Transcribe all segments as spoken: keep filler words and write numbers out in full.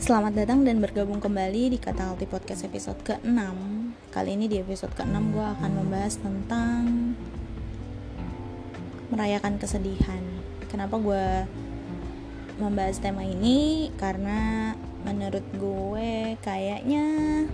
Selamat datang dan bergabung kembali di Kata Alti Podcast episode keenam. Kali ini di episode keenam gue akan membahas tentang merayakan kesedihan. Kenapa gue membahas tema ini? Karena menurut gue kayaknya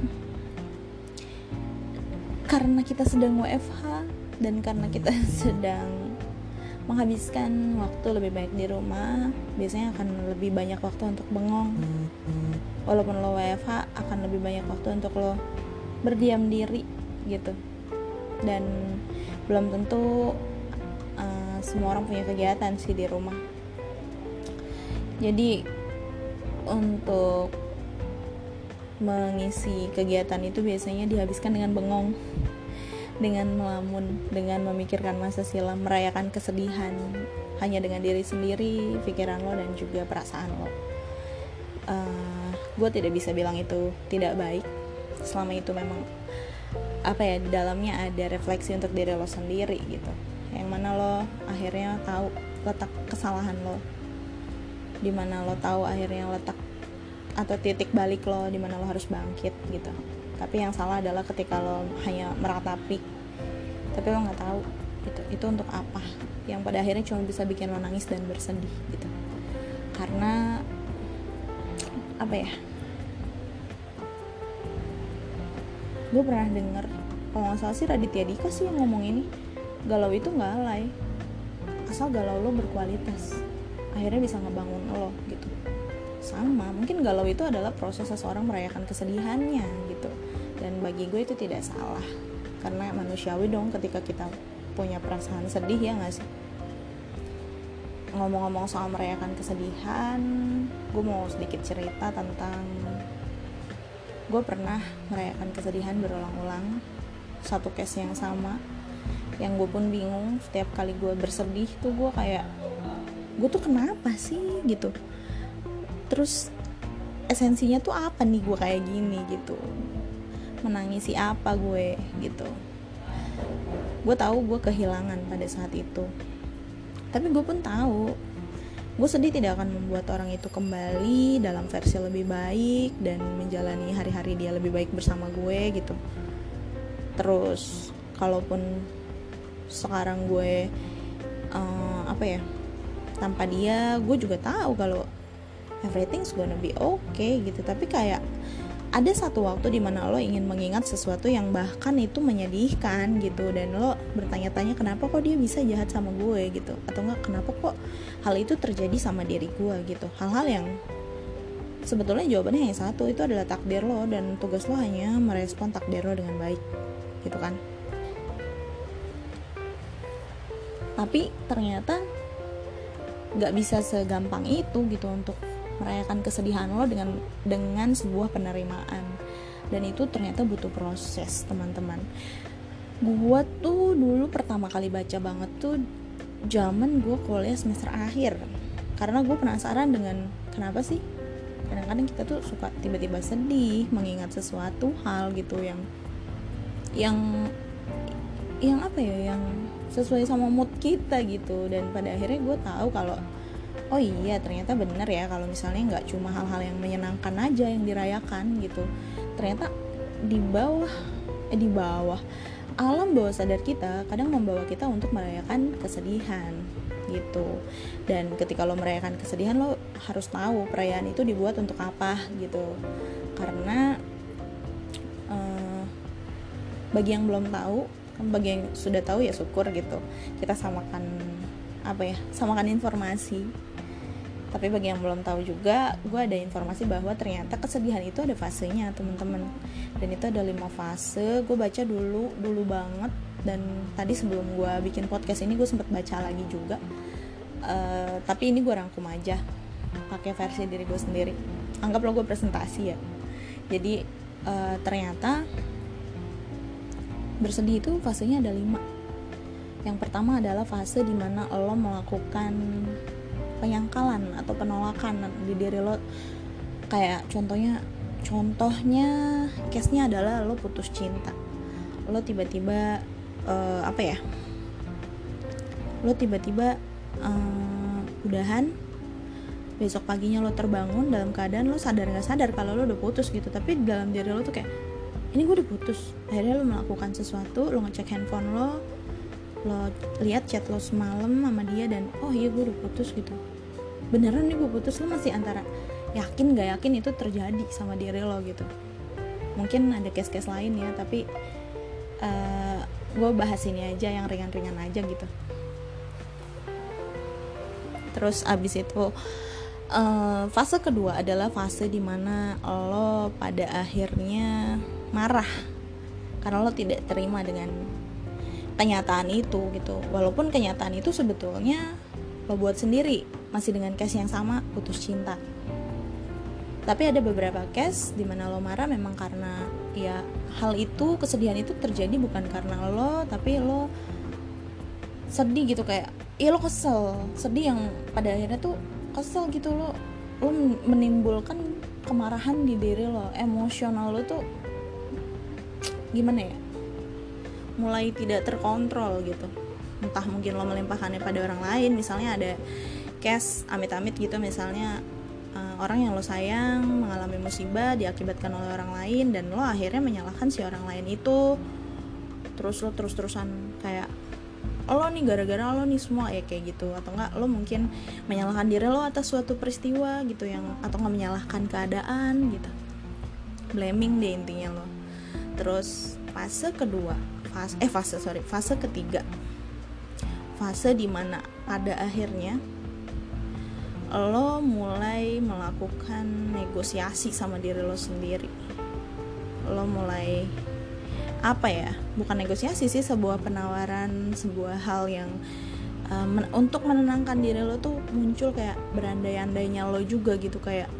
karena kita sedang W F H dan karena kita sedang menghabiskan waktu lebih baik di rumah, biasanya akan lebih banyak waktu untuk bengong. Walaupun lo W F H, akan lebih banyak waktu untuk lo berdiam diri gitu. Dan belum tentu uh, semua orang punya kegiatan sih di rumah. Jadi untuk mengisi kegiatan itu biasanya dihabiskan dengan bengong, dengan melamun, dengan memikirkan masa silam, merayakan kesedihan hanya dengan diri sendiri, pikiran lo dan juga perasaan lo. Uh, gue tidak bisa bilang itu tidak baik, selama itu memang apa ya, di dalamnya ada refleksi untuk diri lo sendiri gitu, yang mana lo akhirnya tahu letak kesalahan lo, di mana lo tahu akhirnya letak atau titik balik lo, di mana lo harus bangkit gitu. Tapi yang salah adalah ketika lo hanya meratapi, tapi lo nggak tahu itu itu untuk apa, yang pada akhirnya cuma bisa bikin lo nangis dan bersedih gitu. Karena apa ya, gue pernah denger, kalau nggak salah sih Raditya Dika sih yang ngomong ini, galau itu nggak alay, asal galau lo berkualitas, akhirnya bisa ngebangun lo gitu. Sama, mungkin galau itu adalah proses seseorang merayakan kesedihannya gitu. Dan bagi gue itu tidak salah, karena manusiawi dong ketika kita punya perasaan sedih, ya gak sih? Ngomong-ngomong soal merayakan kesedihan, gue mau sedikit cerita tentang gue pernah merayakan kesedihan berulang-ulang, satu case yang sama, yang gue pun bingung. Setiap kali gue bersedih tuh gue kayak, gue tuh kenapa sih gitu, terus esensinya tuh apa nih gue kayak gini gitu, menangisi apa gue gitu. Gue tahu gue kehilangan pada saat itu, tapi gue pun tahu gue sedih tidak akan membuat orang itu kembali dalam versi lebih baik dan menjalani hari-hari dia lebih baik bersama gue gitu. Terus kalaupun sekarang gue uh, apa ya, tanpa dia, gue juga tahu kalau everything's gonna be okay gitu. Tapi kayak ada satu waktu dimana lo ingin mengingat sesuatu yang bahkan itu menyedihkan gitu, dan lo bertanya-tanya kenapa kok dia bisa jahat sama gue gitu, atau enggak kenapa kok hal itu terjadi sama diri gue gitu. Hal-hal yang sebetulnya jawabannya yang satu, itu adalah takdir lo, dan tugas lo hanya merespon takdir lo dengan baik gitu kan. Tapi ternyata gak bisa segampang itu gitu untuk merayakan kesedihan lo dengan dengan sebuah penerimaan, dan itu ternyata butuh proses, teman-teman. Gue tuh dulu pertama kali baca banget tuh zaman gue kuliah semester akhir, karena gue penasaran dengan kenapa sih kadang-kadang kita tuh suka tiba-tiba sedih mengingat sesuatu hal gitu yang yang yang apa ya, yang sesuai sama mood kita gitu. Dan pada akhirnya gue tahu kalau oh iya, ternyata benar ya kalau misalnya nggak cuma hal-hal yang menyenangkan aja yang dirayakan gitu. Ternyata di bawah eh di bawah alam bawah sadar kita kadang membawa kita untuk merayakan kesedihan gitu. Dan ketika lo merayakan kesedihan, lo harus tahu perayaan itu dibuat untuk apa gitu. Karena eh, bagi yang belum tahu, bagi yang sudah tahu ya syukur gitu, kita samakan apa ya, samakan informasi. Tapi bagi yang belum tahu juga, gue ada informasi bahwa ternyata kesedihan itu ada fasenya, teman-teman. Dan itu ada lima fase. Gue baca dulu, dulu banget. Dan tadi sebelum gue bikin podcast ini, gue sempat baca lagi juga. Uh, tapi ini gue rangkum aja, pakai versi diri gue sendiri. Anggaplah gue presentasi ya. Jadi uh, ternyata bersedih itu fasenya ada lima. Yang pertama adalah fase dimana lo melakukan penyangkalan atau penolakan di diri lo. Kayak contohnya contohnya case-nya adalah lo putus cinta, lo tiba-tiba uh, apa ya lo tiba-tiba uh, udahan besok paginya lo terbangun dalam keadaan lo sadar nggak sadar kalau lo udah putus gitu, tapi dalam diri lo tuh kayak ini gue udah putus. Akhirnya lo melakukan sesuatu, lo ngecek handphone lo, lo lihat chat lo semalam sama dia dan oh iya gue udah putus gitu, beneran nih gue putus. Lo masih antara yakin nggak yakin itu terjadi sama diri lo gitu. Mungkin ada case-case lain ya, tapi uh, gue bahas ini aja yang ringan-ringan aja gitu. Terus abis itu Uh, fase kedua adalah fase dimana lo pada akhirnya marah karena lo tidak terima dengan kenyataan itu gitu, walaupun kenyataan itu sebetulnya lo buat sendiri, masih dengan case yang sama, putus cinta. Tapi ada beberapa case dimana lo marah memang karena ya hal itu, kesedihan itu terjadi bukan karena lo, tapi lo sedih gitu, kayak iya lo kesel, sedih yang pada akhirnya tuh kesel gitu, lo lo menimbulkan kemarahan di diri lo, emosional lo tuh gimana ya, mulai tidak terkontrol gitu. Entah mungkin lo melimpahkannya pada orang lain, misalnya ada case amit-amit gitu, misalnya uh, orang yang lo sayang mengalami musibah diakibatkan oleh orang lain dan lo akhirnya menyalahkan si orang lain itu, terus lo terus-terusan kayak lo nih gara-gara lo nih semua ya kayak gitu, atau enggak lo mungkin menyalahkan diri lo atas suatu peristiwa gitu yang, atau enggak menyalahkan keadaan gitu, blaming deh intinya lo. Terus fase kedua, fase eh fase sorry fase ketiga, fase dimana pada akhirnya lo mulai melakukan negosiasi sama diri lo sendiri. Lo mulai apa ya, bukan negosiasi sih, sebuah penawaran, sebuah hal yang uh, men- untuk menenangkan diri lo tuh muncul kayak berandai-andainya lo juga gitu, kayak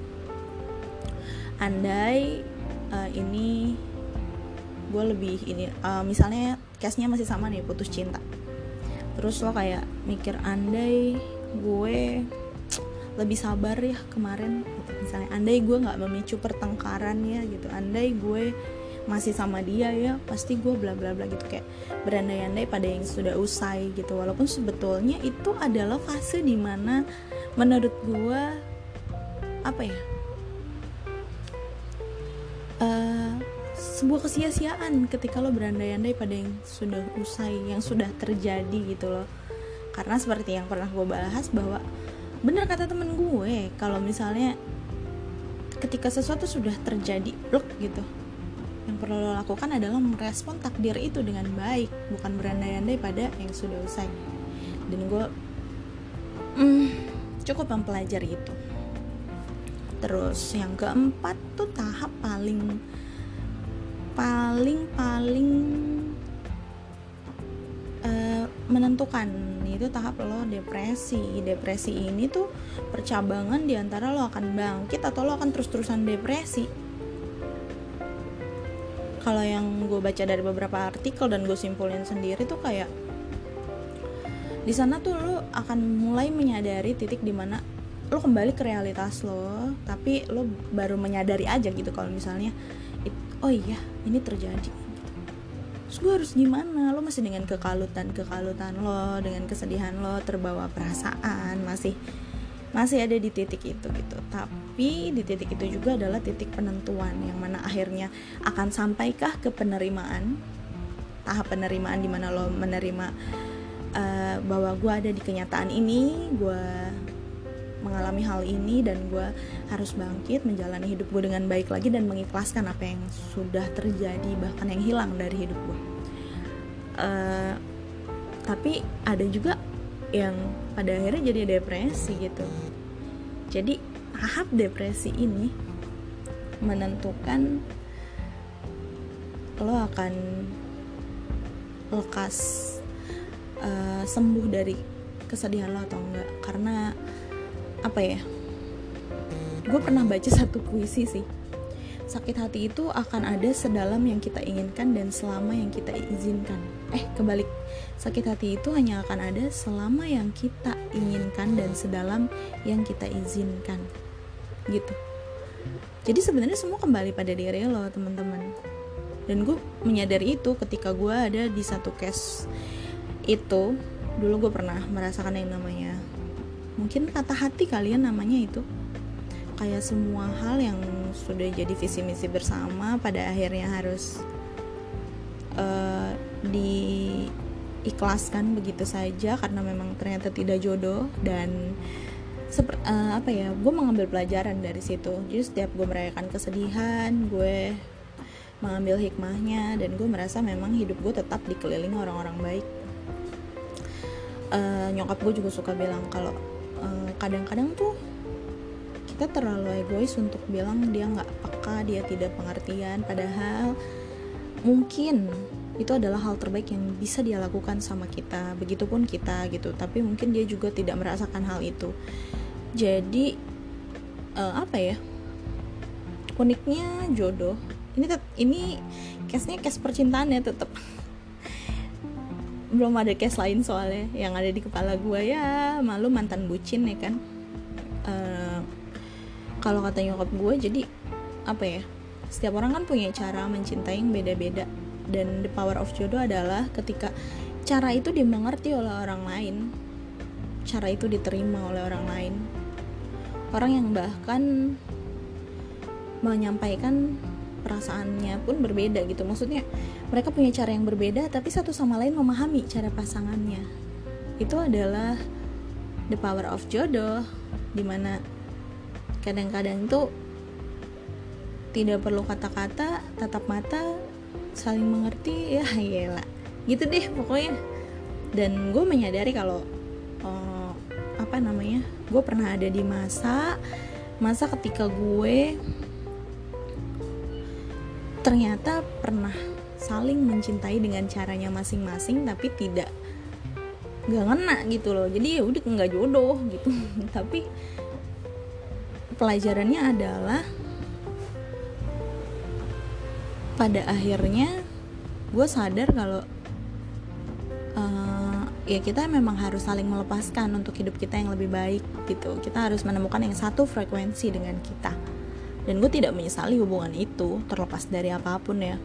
andai uh, ini gue lebih ini uh, misalnya case-nya masih sama nih, putus cinta, terus lo kayak mikir andai gue lebih sabar ya kemarin gitu. Misalnya andai gue nggak memicu pertengkaran ya gitu, andai gue masih sama dia ya pasti gue bla bla bla gitu, kayak berandai-andai pada yang sudah usai gitu. Walaupun sebetulnya itu adalah fase dimana menurut gue apa ya, uh, sebuah kesia-siaan ketika lo berandai-andai pada yang sudah usai, yang sudah terjadi gitu loh. Karena seperti yang pernah gue bahas bahwa bener kata temen gue, kalau misalnya ketika sesuatu sudah terjadi blok gitu, yang perlu lo lakukan adalah merespon takdir itu dengan baik, bukan berandai-andai pada yang sudah usai. Dan gue mm, cukup mempelajari itu. Terus yang keempat tuh tahap paling paling paling uh, menentukan, itu tahap lo depresi. Depresi ini tuh percabangan di antara lo akan bangkit atau lo akan terus-terusan depresi. Kalau yang gue baca dari beberapa artikel dan gue simpulin sendiri tuh kayak di sana tuh lo akan mulai menyadari titik dimana lo kembali ke realitas lo, tapi lo baru menyadari aja gitu kalau misalnya it, oh iya ini terjadi. Terus gue harus gimana? Lo masih dengan kekalutan-kekalutan lo, dengan kesedihan lo, terbawa perasaan, masih masih ada di titik itu gitu. Tapi di titik itu juga adalah titik penentuan yang mana akhirnya akan sampaikah ke penerimaan, tahap penerimaan di mana lo menerima uh, bahwa gue ada di kenyataan ini, gue mengalami hal ini dan gue harus bangkit menjalani hidup gue dengan baik lagi dan mengikhlaskan apa yang sudah terjadi, bahkan yang hilang dari hidup gue. Uh, tapi ada juga yang pada akhirnya jadi depresi gitu. Jadi tahap depresi ini menentukan lo akan lekas uh, sembuh dari kesedihan lo atau enggak. Karena apa ya, gue pernah baca satu puisi sih, sakit hati itu akan ada sedalam yang kita inginkan dan selama yang kita izinkan. Eh kebalik, sakit hati itu hanya akan ada selama yang kita inginkan dan sedalam yang kita izinkan gitu. Jadi sebenarnya semua kembali pada diri lo teman-teman. Dan gue menyadari itu ketika gue ada di satu case itu. Dulu gue pernah merasakan yang namanya mungkin patah hati kalian namanya itu. Kayak semua hal yang sudah jadi visi misi bersama pada akhirnya harus uh, diikhlaskan begitu saja karena memang ternyata tidak jodoh. Dan seper, uh, apa ya, gue mengambil pelajaran dari situ. Jadi setiap gue merayakan kesedihan, gue mengambil hikmahnya, dan gue merasa memang hidup gue tetap dikelilingi orang-orang baik. Uh, nyokap gue juga suka bilang kalau uh, kadang-kadang tuh kita terlalu egois untuk bilang dia nggak peka, dia tidak pengertian, padahal mungkin itu adalah hal terbaik yang bisa dia lakukan sama kita, begitupun kita gitu, tapi mungkin dia juga tidak merasakan hal itu. Jadi uh, apa ya, uniknya jodoh ini tet- ini case-nya case percintaan ya, tetap belum ada case lain soalnya yang ada di kepala gue ya, malu mantan bucin ya kan. uh, Kalau kata nyokap gue, jadi apa ya, setiap orang kan punya cara mencintai yang beda-beda, dan the power of jodoh adalah ketika cara itu dimengerti oleh orang lain, cara itu diterima oleh orang lain, orang yang bahkan menyampaikan perasaannya pun berbeda gitu. Maksudnya mereka punya cara yang berbeda tapi satu sama lain memahami cara pasangannya. Itu adalah the power of jodoh, dimana kadang-kadang tuh tidak perlu kata-kata, tatap mata, saling mengerti, ya iyalah gitu deh pokoknya. Dan gue menyadari kalau uh, apa namanya, gue pernah ada di masa masa ketika gue ternyata pernah saling mencintai dengan caranya masing-masing, tapi tidak nggak ngena gitu loh. Jadi ya udah nggak jodoh gitu. Tapi pelajarannya adalah pada akhirnya gue sadar kalau uh, ya kita memang harus saling melepaskan untuk hidup kita yang lebih baik gitu. Kita harus menemukan yang satu frekuensi dengan kita, dan gue tidak menyesali hubungan itu terlepas dari apapun ya.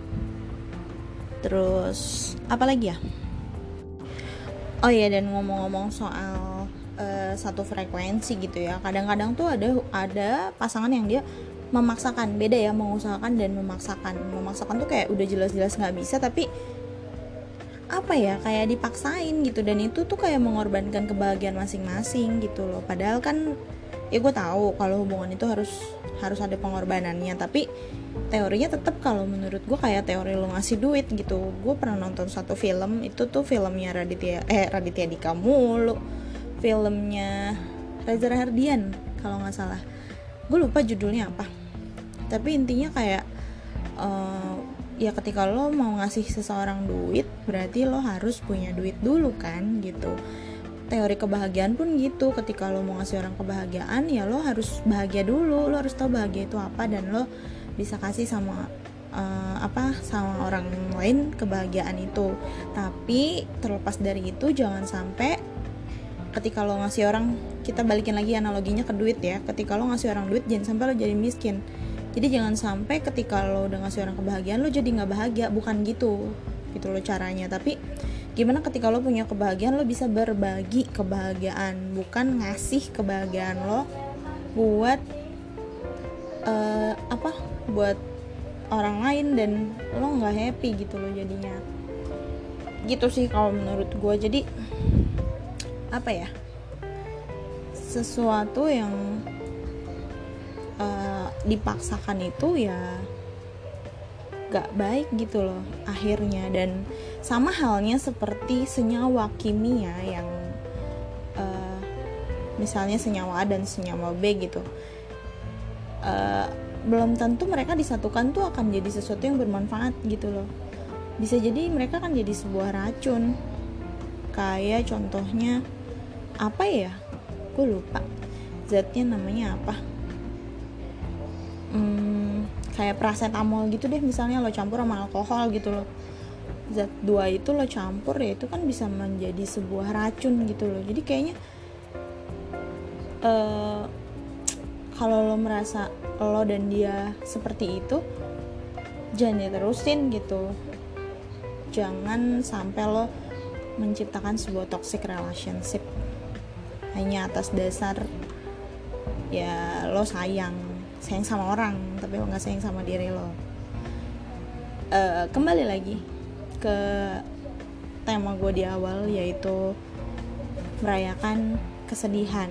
Terus apa lagi ya, oh iya, dan ngomong-ngomong soal Uh, satu frekuensi gitu ya, kadang-kadang tuh ada ada pasangan yang dia memaksakan, beda ya mengusahakan dan memaksakan. Memaksakan tuh kayak udah jelas-jelas nggak bisa, tapi apa ya, kayak dipaksain gitu, dan itu tuh kayak mengorbankan kebahagiaan masing-masing gitu loh. Padahal kan ya gue tahu kalau hubungan itu harus harus ada pengorbanannya, tapi teorinya tetap kalau menurut gue kayak teori lo ngasih duit gitu. Gue pernah nonton satu film, itu tuh filmnya Raditya eh Raditya Dika mulu, filmnya Reza Rahardian kalau nggak salah, gue lupa judulnya apa, tapi intinya kayak uh, ya ketika lo mau ngasih seseorang duit berarti lo harus punya duit dulu kan gitu. Teori kebahagiaan pun gitu, ketika lo mau ngasih orang kebahagiaan ya lo harus bahagia dulu, lo harus tahu bahagia itu apa, dan lo bisa kasih sama uh, apa sama orang lain kebahagiaan itu. Tapi terlepas dari itu jangan sampai ketika lo ngasih orang, kita balikin lagi analoginya ke duit ya, ketika lo ngasih orang duit jangan sampai lo jadi miskin. Jadi jangan sampai ketika lo udah ngasih orang kebahagiaan lo jadi nggak bahagia, bukan gitu gitu lo caranya. Tapi gimana ketika lo punya kebahagiaan lo bisa berbagi kebahagiaan, bukan ngasih kebahagiaan lo buat uh, apa buat orang lain dan lo nggak happy gitu lo jadinya. Gitu sih kalau menurut gue. Jadi apa ya, sesuatu yang uh, dipaksakan itu ya gak baik gitu loh akhirnya. Dan sama halnya seperti senyawa kimia yang uh, misalnya senyawa A dan senyawa B gitu, uh, belum tentu mereka disatukan tuh akan jadi sesuatu yang bermanfaat gitu loh. Bisa jadi mereka akan jadi sebuah racun. Kayak contohnya apa ya, gue lupa zatnya namanya apa, hmm, kayak paracetamol gitu deh misalnya, lo campur sama alkohol gitu loh, zat dua itu lo campur ya itu kan bisa menjadi sebuah racun gitu loh. Jadi kayaknya uh, kalau lo merasa lo dan dia seperti itu jangan diterusin gitu. Jangan sampai lo menciptakan sebuah toxic relationship. hanya atas dasar ya lo sayang sayang sama orang tapi lo nggak sayang sama diri lo. Uh, kembali lagi ke tema gue di awal, yaitu merayakan kesedihan.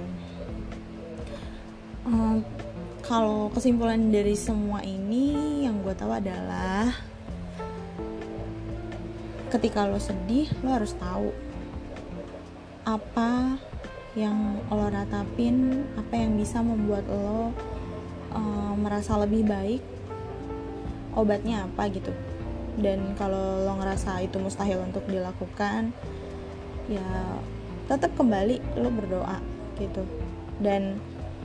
Uh, kalau kesimpulan dari semua ini yang gue tahu adalah ketika lo sedih, lo harus tahu apa yang lo ratapin, apa yang bisa membuat lo uh, merasa lebih baik, obatnya apa gitu. Dan kalau lo ngerasa itu mustahil untuk dilakukan, ya tetap kembali lo berdoa gitu. Dan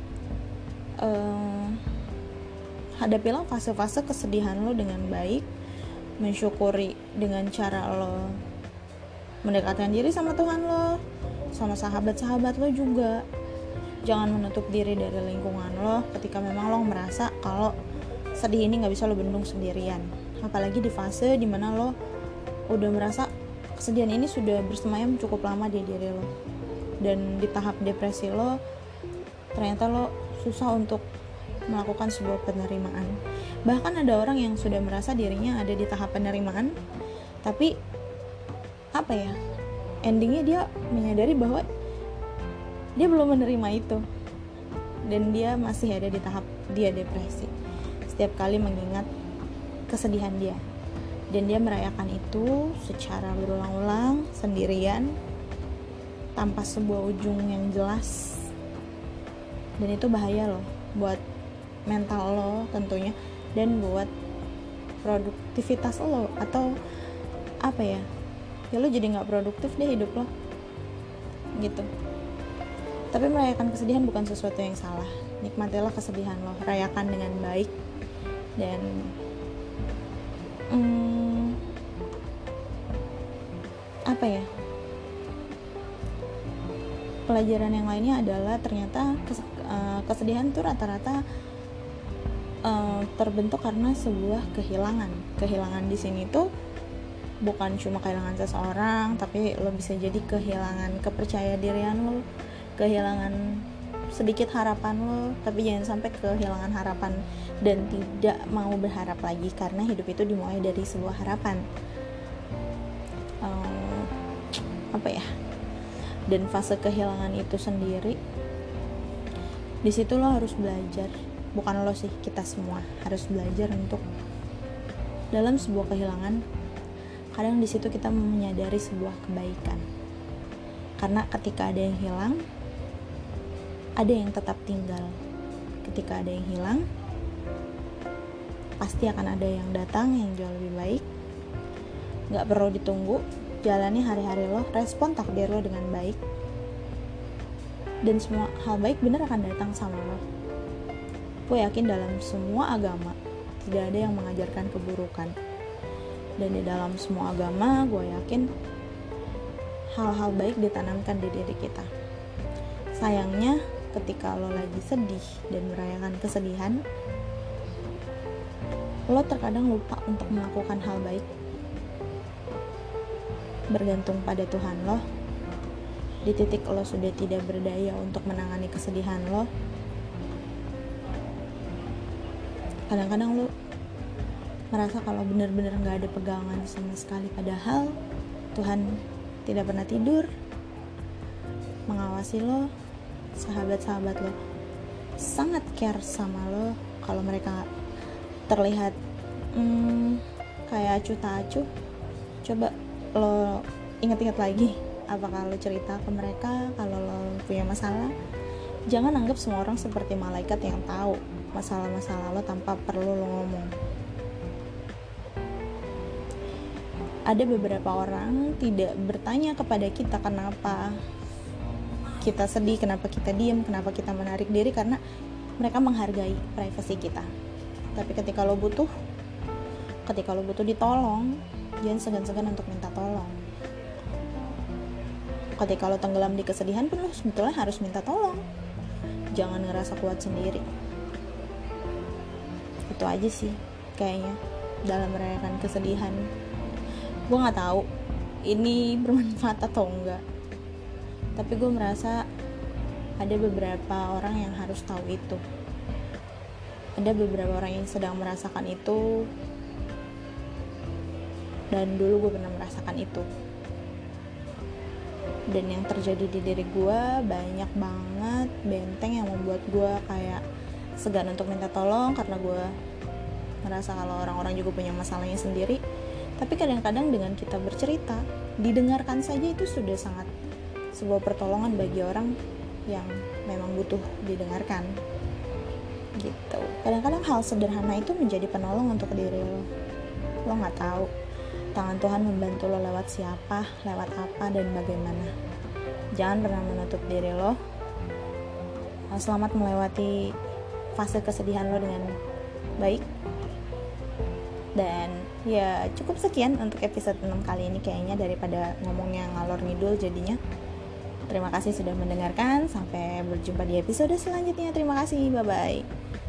uh, hadapilah fase-fase kesedihan lo dengan baik, mensyukuri dengan cara lo mendekatkan diri sama Tuhan lo, sama sahabat-sahabat lo juga. Jangan menutup diri dari lingkungan lo ketika memang lo merasa kalau sedih ini gak bisa lo bendung sendirian. Apalagi di fase dimana lo udah merasa kesedihan ini sudah bersemayam cukup lama di diri lo, dan di tahap depresi lo ternyata lo susah untuk melakukan sebuah penerimaan. Bahkan ada orang yang sudah merasa dirinya ada di tahap penerimaan, tapi apa ya, endingnya dia menyadari bahwa dia belum menerima itu, dan dia masih ada di tahap dia depresi setiap kali mengingat kesedihan dia, dan dia merayakan itu secara berulang-ulang sendirian tanpa sebuah ujung yang jelas. Dan itu bahaya loh buat mental lo tentunya, dan buat produktivitas lo, atau apa ya, ya lo jadi nggak produktif deh hidup lo gitu. Tapi merayakan kesedihan bukan sesuatu yang salah. Nikmatilah kesedihan lo, rayakan dengan baik. Dan hmm, apa ya, pelajaran yang lainnya adalah ternyata kes, uh, kesedihan tuh rata-rata uh, terbentuk karena sebuah kehilangan. Kehilangan di sini tuh bukan cuma kehilangan seseorang, tapi lo bisa jadi kehilangan kepercayaan dirian lo, kehilangan sedikit harapan lo, tapi jangan sampai kehilangan harapan dan tidak mau berharap lagi, karena hidup itu dimulai dari sebuah harapan. um, apa ya, dan fase kehilangan itu sendiri, di situ lo harus belajar, bukan lo sih, kita semua harus belajar untuk dalam sebuah kehilangan, kadang di situ kita menyadari sebuah kebaikan. Karena ketika ada yang hilang, ada yang tetap tinggal. Ketika ada yang hilang, pasti akan ada yang datang yang jauh lebih baik. Gak perlu ditunggu, jalani hari-hari lo, respon takdir lo dengan baik, dan semua hal baik bener akan datang sama lo. Gue yakin dalam semua agama tidak ada yang mengajarkan keburukan, dan di dalam semua agama gue yakin hal-hal baik ditanamkan di diri kita. Sayangnya ketika lo lagi sedih dan merayakan kesedihan, lo terkadang lupa untuk melakukan hal baik, bergantung pada Tuhan lo. Di titik lo sudah tidak berdaya untuk menangani kesedihan lo, kadang-kadang lo merasa kalau benar-benar gak ada pegangan sama sekali, padahal Tuhan tidak pernah tidur mengawasi lo. Sahabat-sahabat lo sangat care sama lo. Kalau mereka terlihat hmm, kayak acuh tak acuh, coba lo ingat-ingat lagi, apakah lo cerita ke mereka kalau lo punya masalah. Jangan anggap semua orang seperti malaikat yang tahu masalah-masalah lo tanpa perlu lo ngomong. Ada beberapa orang tidak bertanya kepada kita kenapa kita sedih, kenapa kita diam, kenapa kita menarik diri, karena mereka menghargai privasi kita. Tapi ketika lo butuh, ketika lo butuh ditolong, jangan segan-segan untuk minta tolong. Ketika lo tenggelam di kesedihan pun lo sebetulnya harus minta tolong. Jangan ngerasa kuat sendiri. Itu aja sih kayaknya dalam merayakan kesedihan. Gue nggak tahu ini bermanfaat atau enggak, tapi gue merasa ada beberapa orang yang harus tahu itu. Ada beberapa orang yang sedang merasakan itu, dan dulu gue pernah merasakan itu. Dan yang terjadi di diri gue banyak banget benteng yang membuat gue kayak segan untuk minta tolong, karena gue merasa kalau orang-orang juga punya masalahnya sendiri. Tapi kadang-kadang dengan kita bercerita, didengarkan saja itu sudah sangat sebuah pertolongan bagi orang yang memang butuh didengarkan gitu. Kadang-kadang hal sederhana itu menjadi penolong untuk diri lo. Lo nggak tahu tangan Tuhan membantu lo lewat siapa, lewat apa, dan bagaimana. Jangan pernah menutup diri lo. Selamat melewati fase kesedihan lo dengan baik. Dan ya cukup sekian untuk episode enam kali ini kayaknya, daripada ngomongnya ngalor ngidul jadinya. Terima kasih sudah mendengarkan. Sampai berjumpa di episode selanjutnya. Terima kasih. Bye-bye.